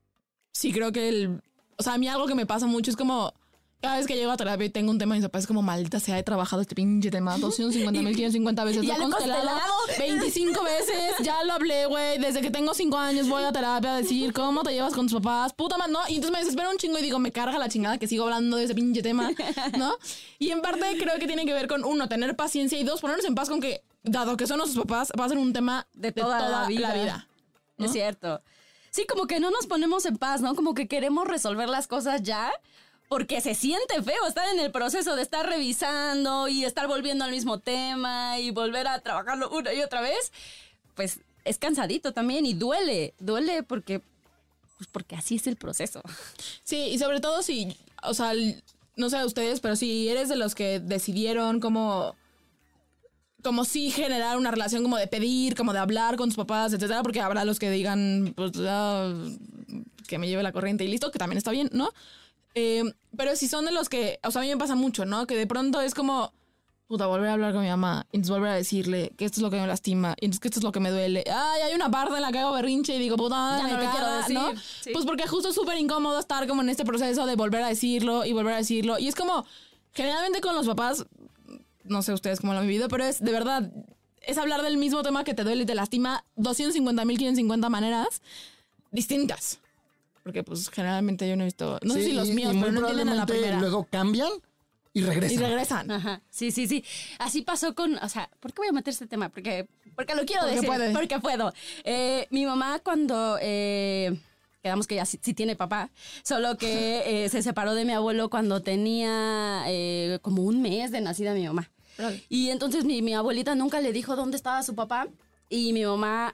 Sí creo que el... O sea, a mí algo que me pasa mucho es como... Cada vez que llego a terapia y tengo un tema, mis papás es como, maldita sea, he trabajado este pinche tema doscientos cincuenta mil, quinientos cincuenta veces. Ya lo he constelado veinticinco veces, ya lo hablé, güey. Desde que tengo cinco años voy a terapia a decir cómo te llevas con tus papás. Puta madre, ¿no? Y entonces me desespero un chingo y digo, me carga la chingada que sigo hablando de ese pinche tema, ¿no? Y en parte creo que tiene que ver con, uno, tener paciencia y dos, ponernos en paz con que, dado que son nuestros papás, va a ser un tema de toda, de toda la vida. La vida, ¿no? Es cierto. Sí, como que no nos ponemos en paz, ¿no? Como que queremos resolver las cosas ya. Porque se siente feo estar en el proceso de estar revisando y estar volviendo al mismo tema y volver a trabajarlo una y otra vez. Pues es cansadito también y duele, duele porque, pues porque así es el proceso. Sí, y sobre todo si, o sea, no sé ustedes, pero si eres de los que decidieron como... como sí generar una relación como de pedir, como de hablar con tus papás, etcétera, porque habrá los que digan, pues, ah, que me lleve la corriente y listo, que también está bien, ¿no? Eh, pero si son de los que, o sea, a mí me pasa mucho, ¿no? Que de pronto es como, puta, volver a hablar con mi mamá, y entonces volver a decirle que esto es lo que me lastima, y entonces que esto es lo que me duele. Ay, hay una parte en la que hago berrinche y digo, puta, ya me no lo quiero decir, ¿no? Sí. Pues porque justo es súper incómodo estar como en este proceso de volver a decirlo y volver a decirlo. Y es como, generalmente con los papás, no sé ustedes cómo lo han vivido, pero es de verdad, es hablar del mismo tema que te duele y te lastima doscientos cincuenta mil, quinientos cincuenta maneras distintas. Porque pues generalmente yo no he visto, no sí, sé si los míos, pero no entienden a la primera. Luego cambian y regresan. Y regresan. Ajá. Sí, sí, sí. Así pasó con, o sea, ¿por qué voy a meter este tema? Porque, porque lo quiero porque decir. Puede. Porque puedo. Eh, mi mamá cuando, eh, quedamos que ya sí, sí tiene papá, solo que eh, se separó de mi abuelo cuando tenía eh, como un mes de nacida mi mamá. Okay. Y entonces mi, mi abuelita nunca le dijo dónde estaba su papá y mi mamá...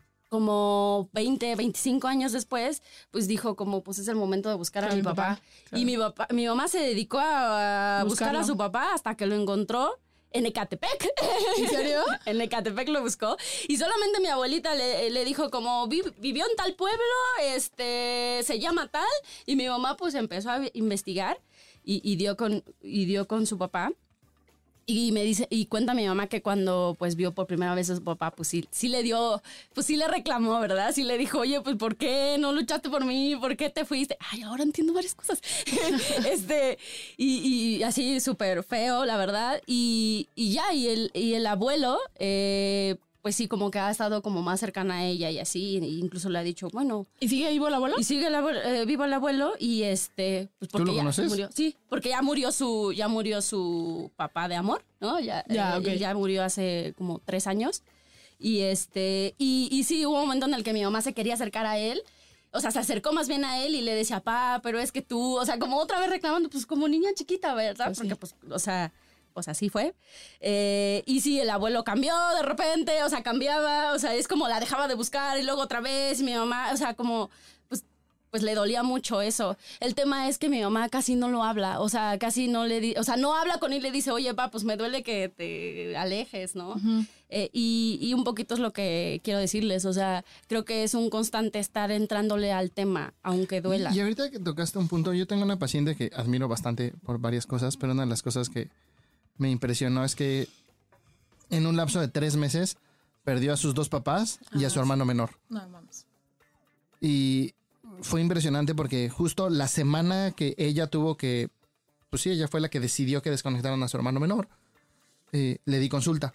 como veinte, veinticinco años después, pues dijo como, pues es el momento de buscar a mi papá. papá. Claro. Y mi papá, mi mamá se dedicó a, a buscar a su papá hasta que lo encontró en Ecatepec. ¿En serio? En Ecatepec lo buscó. Y solamente mi abuelita le, le dijo como, vivió en tal pueblo, este, se llama tal. Y mi mamá pues empezó a investigar y, y, dio, con, y dio con su papá. Y me dice, y cuenta mi mamá que cuando pues vio por primera vez a su papá, pues sí, sí le dio, pues sí le reclamó, ¿verdad? Sí le dijo, oye, pues ¿por qué no luchaste por mí? ¿Por qué te fuiste? Ay, ahora entiendo varias cosas. este, y, y así súper feo, la verdad. Y, y ya, y el, y el abuelo, eh, pues sí, como que ha estado como más cercana a ella y así, e incluso le ha dicho, bueno. ¿Y sigue vivo el abuelo? Y sigue el abuelo, eh, vivo el abuelo y este, pues porque ¿Tú lo ya conoces? murió. Sí, porque ya murió su, ya murió su papá de amor, ¿no? Ya, Ya, eh, ok. ya murió hace como tres años. Y este, y, y sí, hubo un momento en el que mi mamá se quería acercar a él. O sea, se acercó más bien a él y le decía, pa, pero es que tú, o sea, como otra vez reclamando, pues como niña chiquita, ¿verdad? Pues sí. Porque pues, o sea, pues así fue. Eh, y sí, el abuelo cambió de repente, o sea, cambiaba, o sea, es como la dejaba de buscar y luego otra vez, y mi mamá, o sea, como, pues, pues le dolía mucho eso. El tema es que mi mamá casi no lo habla, o sea, casi no le di, o sea, no habla con él y le dice, oye, pa, pues me duele que te alejes, ¿no? Uh-huh. Eh, y, y un poquito es lo que quiero decirles, o sea, creo que es un constante estar entrándole al tema, aunque duela. Y ahorita que tocaste un punto, yo tengo una paciente que admiro bastante por varias cosas, pero una de las cosas que me impresionó es que en un lapso de tres meses perdió a sus dos papás y a su hermano menor. No, vamos. Y fue impresionante porque justo la semana que ella tuvo que, pues sí, ella fue la que decidió que desconectaran a su hermano menor, eh, le di consulta.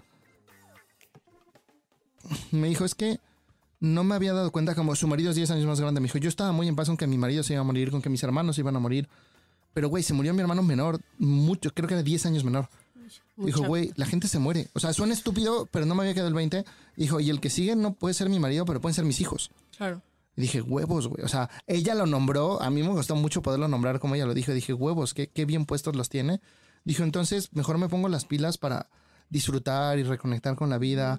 Me dijo, es que no me había dado cuenta, como su marido es diez años más grande. Me dijo, yo estaba muy en paz con que mi marido se iba a morir, con que mis hermanos se iban a morir. Pero, güey, se murió mi hermano menor, mucho, creo que era diez años menor. Mucho. Dijo, güey, la gente se muere. O sea, suena estúpido, pero no me había quedado el veinte. Dijo, y el que sigue no puede ser mi marido, pero pueden ser mis hijos. Claro. Y dije, huevos, güey. O sea, ella lo nombró. A mí me costó mucho poderlo nombrar como ella lo dijo. Dije, huevos, qué, qué bien puestos los tiene. Dijo, entonces, mejor me pongo las pilas para disfrutar y reconectar con la vida.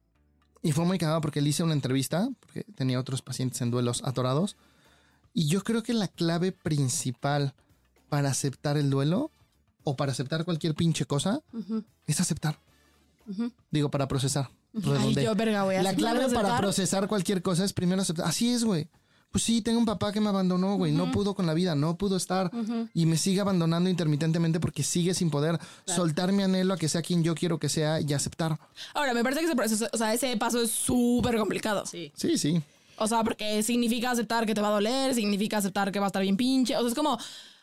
Y fue muy cagado porque le hice una entrevista, porque tenía otros pacientes en duelos atorados. Y yo creo que la clave principal para aceptar el duelo o para aceptar cualquier pinche cosa Ujú, es aceptar. ujú. Digo, para procesar. Ay, Redondeé. yo, verga, güey. La así clave puedes para aceptar. procesar cualquier cosa es primero aceptar. Así es, güey. Pues sí, tengo un papá que me abandonó, güey. No pudo con la vida, no pudo estar. Ujú. Y me sigue abandonando intermitentemente porque sigue sin poder soltar mi anhelo a que sea quien yo quiero que sea y aceptar. Ahora, me parece que ese proceso, o sea, ese paso es súper complicado. Sí. Sí, sí. O sea, porque significa aceptar que te va a doler, significa aceptar que va a estar bien pinche. O sea, es como.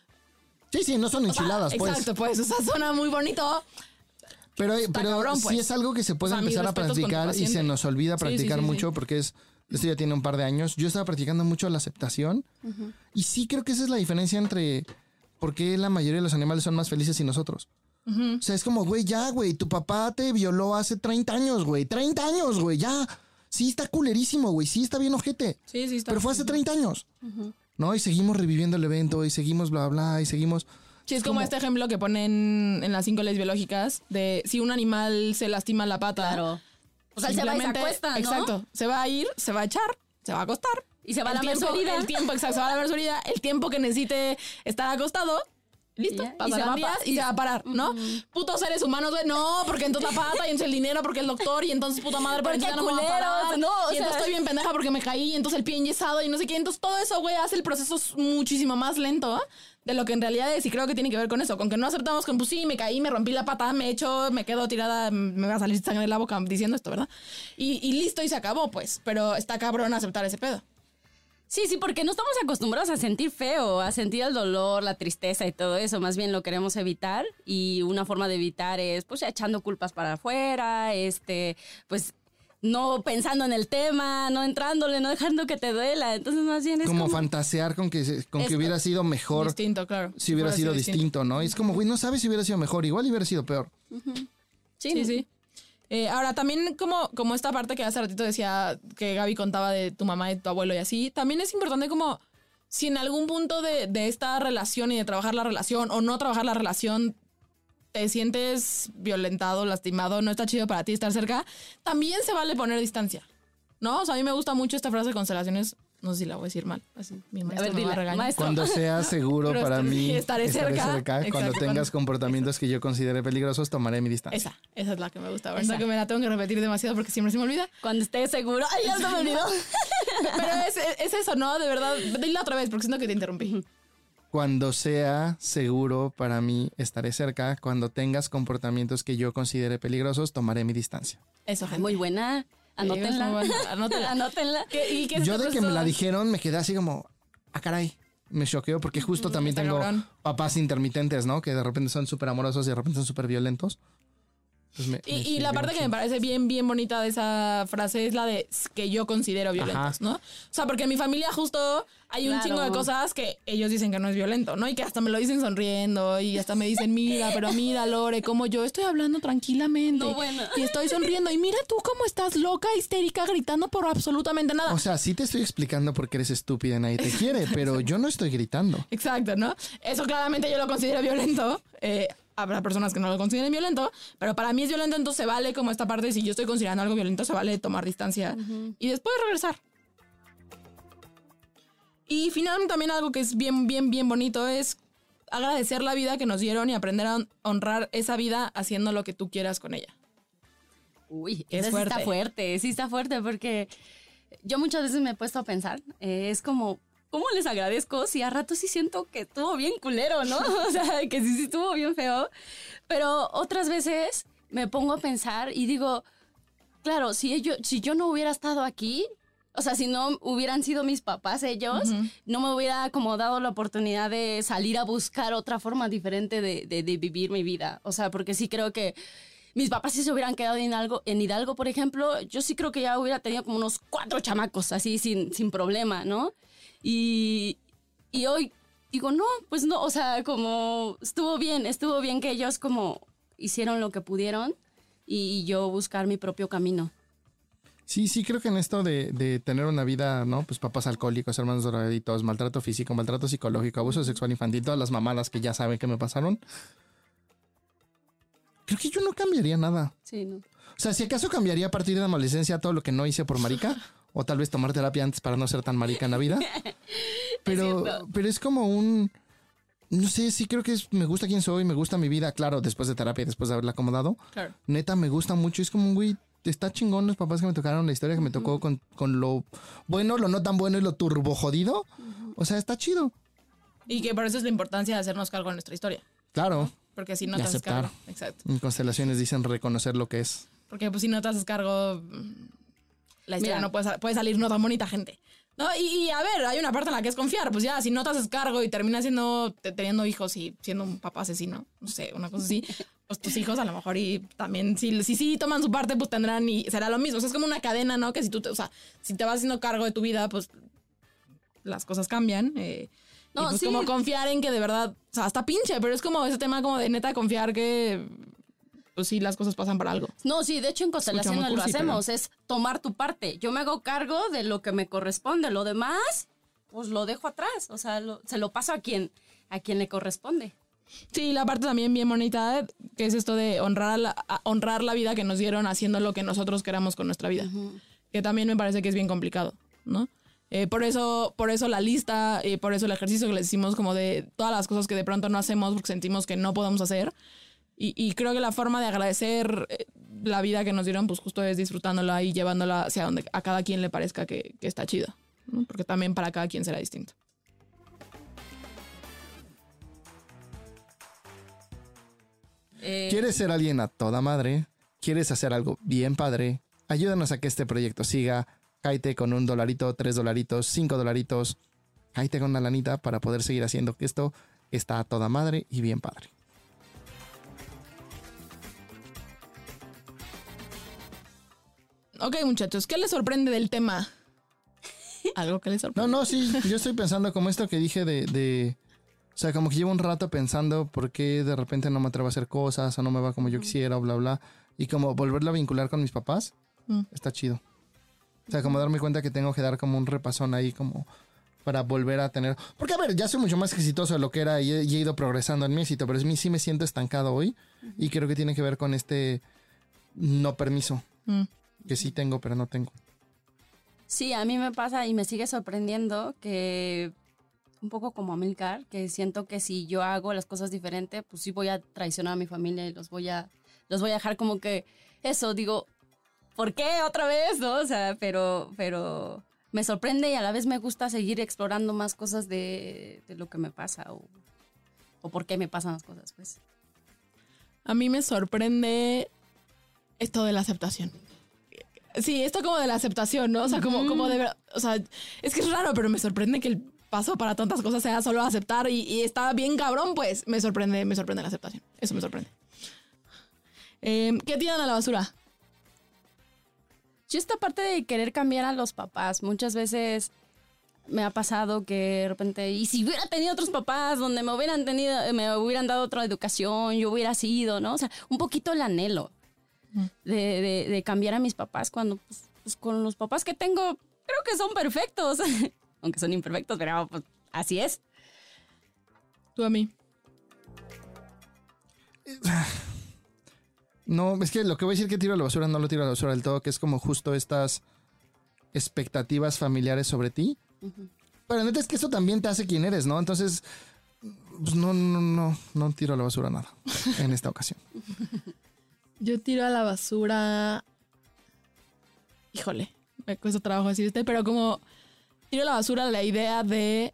Sí, sí, no son o sea, enchiladas, pues. Exacto, pues. O sea, suena muy bonito. Pero, pero cabrón, pues. sí es algo que se puede O sea, mis empezar a respetos con tu practicar y paciente. se nos olvida Sí, sí, practicar sí, sí. mucho porque es. Esto ya tiene un par de años. Yo estaba practicando mucho la aceptación. Y sí creo que esa es la diferencia entre por qué la mayoría de los animales son más felices y nosotros. O sea, es como, güey, ya, güey, tu papá te violó hace treinta años, güey. treinta años, güey, ya. Sí está culerísimo, güey. Sí está bien ojete. Sí, sí, está. Pero fue hace treinta años. ¿No? Y seguimos reviviendo el evento y seguimos bla, bla, y seguimos... Sí, es como, este ejemplo que ponen en las cinco leyes biológicas de si un animal se lastima la pata. Claro. O sea, él se va y se simplemente- acuesta, ¿no? Exacto. Se va a ir, se va a echar, se va a acostar. Y se va a el lamer tiempo, su herida. El tiempo, exacto, se va a lamer su herida. El tiempo que necesite estar acostado. Listo, Y ya, y pasarán se va a días pa- y se va a parar, ¿no? Putos seres humanos, güey, no, porque entonces la pata y entonces el dinero porque el doctor y entonces puta madre, Porque entonces ya no me va a culeros, parar. no, o y entonces sea- estoy bien pendeja porque me caí y entonces el pie enyesado y no sé qué. Entonces todo eso, güey, hace el proceso muchísimo más lento de lo que en realidad es y creo que tiene que ver con eso, con que no aceptamos con, pues sí, me caí, me rompí la pata, me echo, me quedo tirada, me va a salir sangre de la boca diciendo esto, ¿verdad? Y, y listo y se acabó, pues, pero está cabrón aceptar ese pedo. Sí, sí, porque no estamos acostumbrados a sentir feo, a sentir el dolor, la tristeza y todo eso. Más bien lo queremos evitar y una forma de evitar es pues echando culpas para afuera, este, pues no pensando en el tema, no entrándole, no dejando que te duela. Entonces más bien es Como, como... fantasear con que, se- con Es que co- hubiera sido mejor Distinto, claro. si hubiera sido distinto, ¿no? Y es como, güey, no sabes si hubiera sido mejor, igual hubiera sido peor. Sí, Sí, sí. Eh, ahora, también como, como esta parte que hace ratito decía que Gaby contaba de tu mamá y tu abuelo y así, también es importante como si en algún punto de, de esta relación y de trabajar la relación o no trabajar la relación te sientes violentado, lastimado, no está chido para ti estar cerca, también se vale poner distancia, ¿no? O sea, a mí me gusta mucho esta frase de constelaciones, no sé si la voy a decir mal, así mi maestro ver, me va a dila, regañar. maestro. Cuando sea seguro Pero para estaré- mí estaré cerca. Cuando Exacto, tengas cuando- comportamientos que yo considere peligrosos, tomaré mi distancia. Esa, esa es la que me gusta. Ahorita Esa. que me la tengo que repetir demasiado porque siempre se me olvida. Cuando esté seguro... ¡Ay, ya se me olvidó! Pero es, es eso, ¿no? De verdad, dila otra vez porque siento que te interrumpí. Cuando sea seguro para mí, estaré cerca. Cuando tengas comportamientos que yo considere peligrosos, tomaré mi distancia. Eso, Ay, gente. muy buena. Anótenla. Muy buena. Anótenla. Anótenla. ¿Qué- ¿Y qué es Yo este de que proceso? me la dijeron me quedé así como, ah, caray. Me choqueó porque justo también está tengo cabrón. papás intermitentes, ¿no? Que de repente son súper amorosos y de repente son súper violentos. Pues me- Y, me y sirvió la parte que me mucho. parece bien, bien bonita de esa frase es la de que yo considero violentos, Ajá. ¿no? O sea, porque en mi familia justo hay un Claro. chingo de cosas que ellos dicen que no es violento, ¿no? Y que hasta me lo dicen sonriendo y hasta me dicen, mira, pero mira, Lore, como yo estoy hablando tranquilamente. No, bueno. Y estoy sonriendo. Y mira tú cómo estás loca, histérica, gritando por absolutamente nada. O sea, sí te estoy explicando por qué eres estúpida y nadie te quiere, pero yo no estoy gritando. Exacto, ¿no? Eso claramente yo lo considero violento. Eh, habrá personas que no lo consideren violento, pero para mí es violento, entonces se vale como esta parte, si yo estoy considerando algo violento, se vale tomar distancia y después regresar. Y finalmente también algo que es bien, bien, bien bonito es agradecer la vida que nos dieron y aprender a honrar esa vida haciendo lo que tú quieras con ella. Uy, Es esa sí fuerte. está fuerte, sí está fuerte porque yo muchas veces me he puesto a pensar, eh, es como, ¿cómo les agradezco si a rato sí siento que estuvo bien culero, ¿no? O sea, que sí, sí estuvo bien feo, pero otras veces me pongo a pensar y digo, claro, si, ellos, si yo no hubiera estado aquí, o sea, si no hubieran sido mis papás ellos, Ujú. no me hubiera como dado la oportunidad de salir a buscar otra forma diferente de, de, de vivir mi vida. O sea, porque sí creo que mis papás si se hubieran quedado en, algo, en Hidalgo, por ejemplo, yo sí creo que ya hubiera tenido como unos cuatro chamacos así sin, sin problema, ¿no? Y, y hoy digo, no, pues no, o sea, como estuvo bien, estuvo bien que ellos como hicieron lo que pudieron y yo buscar mi propio camino. Sí, sí, creo que en esto de, de tener una vida, ¿no? Pues papás alcohólicos, hermanos drogaditos, maltrato físico, maltrato psicológico, abuso sexual infantil, todas las mamadas que ya saben que me pasaron. Creo que yo no cambiaría nada. Sí, ¿no? O sea, si acaso cambiaría a partir de la adolescencia todo lo que no hice por marica, o tal vez tomar terapia antes para no ser tan marica en la vida. Pero, cierto. pero es como un... No sé, sí creo que es, me gusta quién soy, me gusta mi vida, claro, después de terapia y después de haberla acomodado. Claro. Neta, me gusta mucho. Es como un güey, está chingón los papás que me tocaron, la historia que me tocó con, con lo bueno, lo no tan bueno y lo turbo jodido. O sea, está chido. Y que por eso es la importancia de hacernos cargo de nuestra historia. Claro. Porque si no Y te haces cargo. aceptar. Exacto. En constelaciones dicen reconocer lo que es. Porque pues si no te haces cargo, mm, la historia Mira. no puede, sa- puede salir no tan bonita, gente. No, y, y a ver, hay una parte en la que es confiar. Pues ya, si no te haces cargo y terminas siendo, te- teniendo hijos y siendo un papá asesino, no sé, una cosa así, pues tus hijos a lo mejor y también, si sí si, toman su parte, pues tendrán y será lo mismo. O sea, es como una cadena, ¿no? Que si tú, te, o sea, si te vas haciendo cargo de tu vida, pues las cosas cambian. Eh, y No, pues sí. como confiar en que de verdad, o sea, hasta pinche, pero es como ese tema como de neta confiar que, pues sí, las cosas pasan para algo. No, sí, de hecho en constelaciones muy lo cursi, hacemos, es tomar tu parte. Yo me hago cargo de lo que me corresponde, lo demás, pues lo dejo atrás, o sea, lo- se lo paso a quien, a quien le corresponde. Sí, la parte también bien bonita, eh, que es esto de honrar la, a- honrar la vida que nos dieron haciendo lo que nosotros queramos con nuestra vida. Que también me parece que es bien complicado, ¿no? Eh, por eso, por eso la lista, y por eso el ejercicio que les hicimos como de todas las cosas que de pronto no hacemos porque sentimos que no podemos hacer. Y, y creo que la forma de agradecer eh, la vida que nos dieron, pues justo es disfrutándola y llevándola hacia donde a cada quien le parezca que, que está chido, ¿no? Porque también para cada quien será distinto. Eh, ¿Quieres ser alguien a toda madre? ¿Quieres hacer algo bien padre? Ayúdanos a que este proyecto siga. Cáete con un dolarito, tres dolaritos, cinco dolaritos. Cáete con una lanita para poder seguir haciendo que esto está a toda madre y bien padre. Ok, muchachos, ¿qué les sorprende del tema? Algo que les sorprende. No, no, sí, yo estoy pensando como esto que dije de, de... O sea, como que llevo un rato pensando por qué de repente no me atrevo a hacer cosas o no me va como yo quisiera o bla, bla. Y como volverlo a vincular con mis papás, Mm. está chido. O sea, como darme cuenta que tengo que dar como un repasón ahí como para volver a tener... Porque, a ver, ya soy mucho más exitoso de lo que era y he, y he ido progresando en mi éxito, pero es mí sí me siento estancado hoy y creo que tiene que ver con este no permiso Mm. que sí tengo, pero no tengo. Sí, a mí me pasa y me sigue sorprendiendo que un poco como Amilcar, que siento que si yo hago las cosas diferentes, pues sí voy a traicionar a mi familia y los voy a, los voy a dejar como que eso, digo, ¿por qué otra vez? ¿No? O sea, pero, pero me sorprende y a la vez me gusta seguir explorando más cosas de, de lo que me pasa o, o por qué me pasan las cosas, pues. A mí me sorprende esto de la aceptación. Sí, esto como de la aceptación, ¿no? O sea, como, como de verdad, o sea, es que es raro, pero me sorprende que el paso para tantas cosas sea solo aceptar y, y está bien cabrón, pues me sorprende, me sorprende la aceptación. Eso me sorprende. Eh, ¿Qué tiran a la basura? Yo esta parte de querer cambiar a los papás, muchas veces me ha pasado que de repente, y si hubiera tenido otros papás donde me hubieran tenido, me hubieran dado otra educación, yo hubiera sido, ¿no? O sea, un poquito el anhelo de, de, de cambiar a mis papás cuando, pues, pues con los papás que tengo, creo que son perfectos, aunque son imperfectos, pero pues así es. Tú a mí. No, es que lo que voy a decir que tiro a la basura no lo tiro a la basura del todo, que es como justo estas expectativas familiares sobre ti. Uh-huh. Pero neta es que eso también te hace quien eres, ¿no? Entonces, pues no, no, no, no tiro a la basura nada en esta ocasión. Yo tiro a la basura... Híjole, me cuesta trabajo decir este, pero como tiro a la basura la idea de...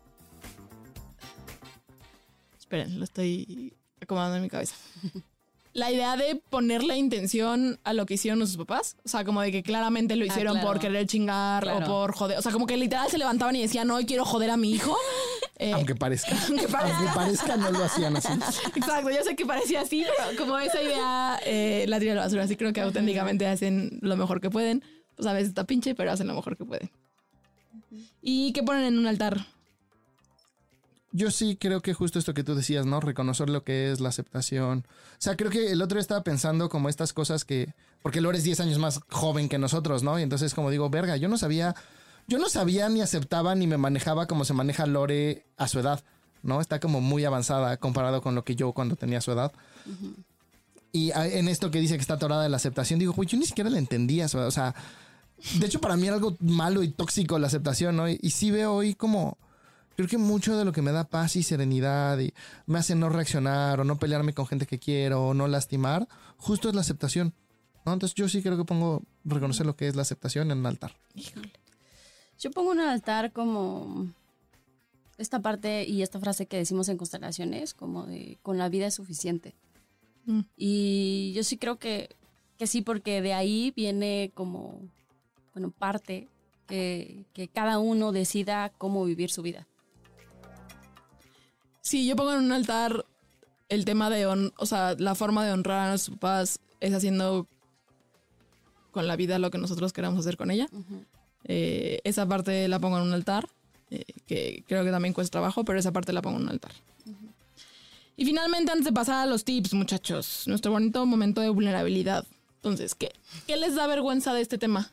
Esperen, lo estoy acomodando en mi cabeza. La idea de ponerle intención a lo que hicieron nuestros papás. O sea, como de que claramente lo hicieron ah, claro. por querer chingar claro. o por joder. O sea, como que literal se levantaban y decían, no, quiero joder a mi hijo. Eh, aunque parezca. Aunque parezca. Aunque parezca, no lo hacían así. Exacto, yo sé que parecía así, pero como esa idea eh, la tiro a la basura. Así creo que auténticamente hacen lo mejor que pueden. Pues a veces está pinche, pero hacen lo mejor que pueden. ¿Y qué ponen en un altar? Yo sí creo que justo esto que tú decías, ¿no? Reconocer lo que es la aceptación. O sea, creo que el otro día estaba pensando como estas cosas que... Porque Lore es diez años más joven que nosotros, ¿no? Y entonces como digo, verga, yo no sabía... Yo no sabía ni aceptaba ni me manejaba como se maneja Lore a su edad, ¿no? Está como muy avanzada comparado con lo que yo cuando tenía su edad. Uh-huh. Y en esto que dice que está atorada de la aceptación, digo, güey, yo ni siquiera la entendía. O sea, de hecho para mí era algo malo y tóxico la aceptación, ¿no? Y, y sí veo hoy como... Creo que mucho de lo que me da paz y serenidad y me hace no reaccionar o no pelearme con gente que quiero o no lastimar, justo es la aceptación, ¿no? Entonces yo sí creo que pongo reconocer lo que es la aceptación en un altar. Híjole. Yo pongo en un altar como esta parte y esta frase que decimos en constelaciones, como de con la vida es suficiente. Mm. Y yo sí creo que, que sí, porque de ahí viene como, bueno, parte que, que cada uno decida cómo vivir su vida. Sí, yo pongo en un altar el tema de, on, o sea, la forma de honrar a nuestros papás es haciendo con la vida lo que nosotros queramos hacer con ella. Uh-huh. Eh, esa parte la pongo en un altar, eh, que creo que también cuesta trabajo, pero esa parte la pongo en un altar. Uh-huh. Y finalmente, antes de pasar a los tips, muchachos, nuestro bonito momento de vulnerabilidad. Entonces, ¿qué, qué les da vergüenza de este tema?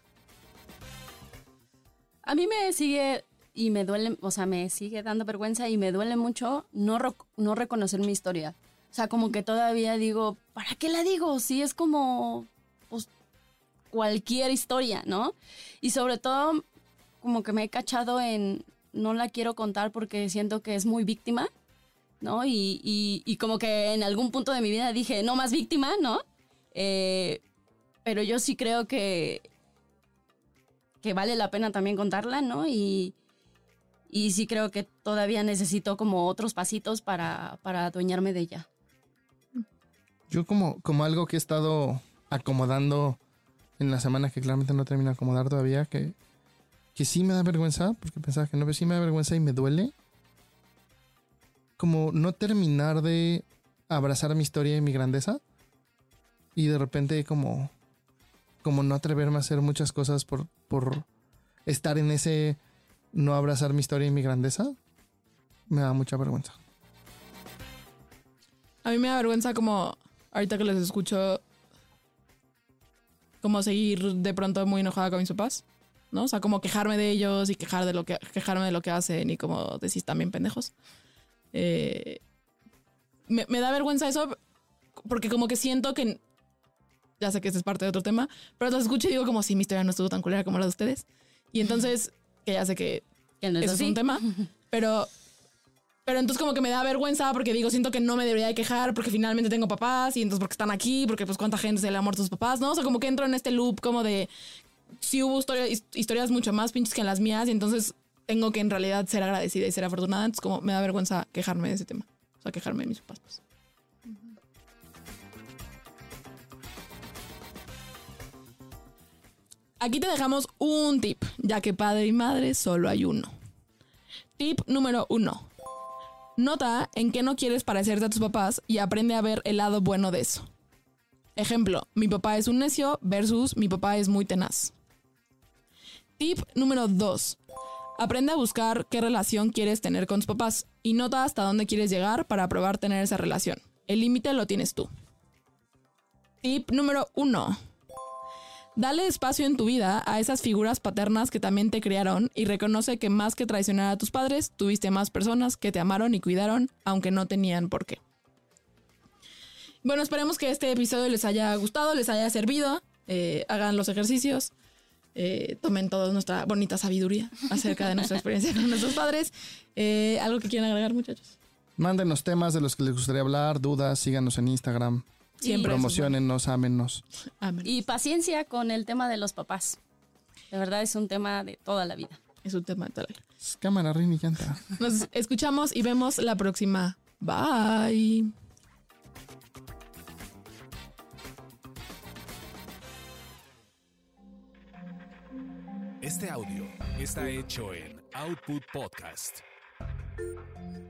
A mí me sigue... Y me duele, o sea, me sigue dando vergüenza y me duele mucho no, ro- no reconocer mi historia. O sea, como que todavía digo, ¿para qué la digo? Si es como, pues, cualquier historia, ¿no? Y sobre todo, como que me he cachado en, no la quiero contar porque siento que es muy víctima, ¿no? Y, y, y como que en algún punto de mi vida dije, no más víctima, ¿no? Eh, pero yo sí creo que, que vale la pena también contarla, ¿no? Y... Y sí creo que todavía necesito como otros pasitos para, para adueñarme de ella. Yo como, como algo que he estado acomodando en la semana, que claramente no termino de acomodar todavía, que, que sí me da vergüenza, porque pensaba que no, pero sí me da vergüenza y me duele. Como no terminar de abrazar mi historia y mi grandeza. Y de repente como, como no atreverme a hacer muchas cosas por, por estar en ese... no abrazar mi historia y mi grandeza, me da mucha vergüenza. A mí me da vergüenza como, ahorita que les escucho, como seguir de pronto muy enojada con mis papás, ¿no? O sea, como quejarme de ellos y quejar de lo que, quejarme de lo que hacen y como decís también pendejos. Eh, me, me da vergüenza eso porque como que siento que, ya sé que este es parte de otro tema, pero los escucho y digo como, sí, mi historia no estuvo tan culera como la de ustedes. Y entonces... que ya sé que, que no es eso así. Es un tema, pero, pero entonces como que me da vergüenza porque digo, siento que no me debería de quejar porque finalmente tengo papás y entonces porque están aquí, porque pues cuánta gente se le ha muerto a sus papás, ¿no? O sea, como que entro en este loop como de sí hubo historia, historias mucho más pinches que las mías y entonces tengo que en realidad ser agradecida y ser afortunada. Entonces como me da vergüenza quejarme de ese tema. O sea, quejarme de mis papás. Pues. Aquí te dejamos un tip, ya que padre y madre solo hay uno. Tip número uno. Nota en qué no quieres parecerte a tus papás y aprende a ver el lado bueno de eso. Ejemplo, mi papá es un necio versus mi papá es muy tenaz. Tip número dos. Aprende a buscar qué relación quieres tener con tus papás y nota hasta dónde quieres llegar para probar tener esa relación. El límite lo tienes tú. Tip número uno. Dale espacio en tu vida a esas figuras paternas que también te criaron y reconoce que más que traicionar a tus padres, tuviste más personas que te amaron y cuidaron, aunque no tenían por qué. Bueno, esperemos que este episodio les haya gustado, les haya servido. Eh, hagan los ejercicios. Eh, tomen toda nuestra bonita sabiduría acerca de nuestra experiencia con nuestros padres. Eh, ¿Algo que quieran agregar, muchachos? Mándenos temas de los que les gustaría hablar, dudas, síganos en Instagram. Siempre. Promociónennos, ámennos. Amén. Y paciencia con el tema de los papás. De verdad es un tema de toda la vida. Es un tema de toda la vida. Cámara, rin y llanta. Nos escuchamos y vemos la próxima. Bye. Este audio está hecho en Output Podcast.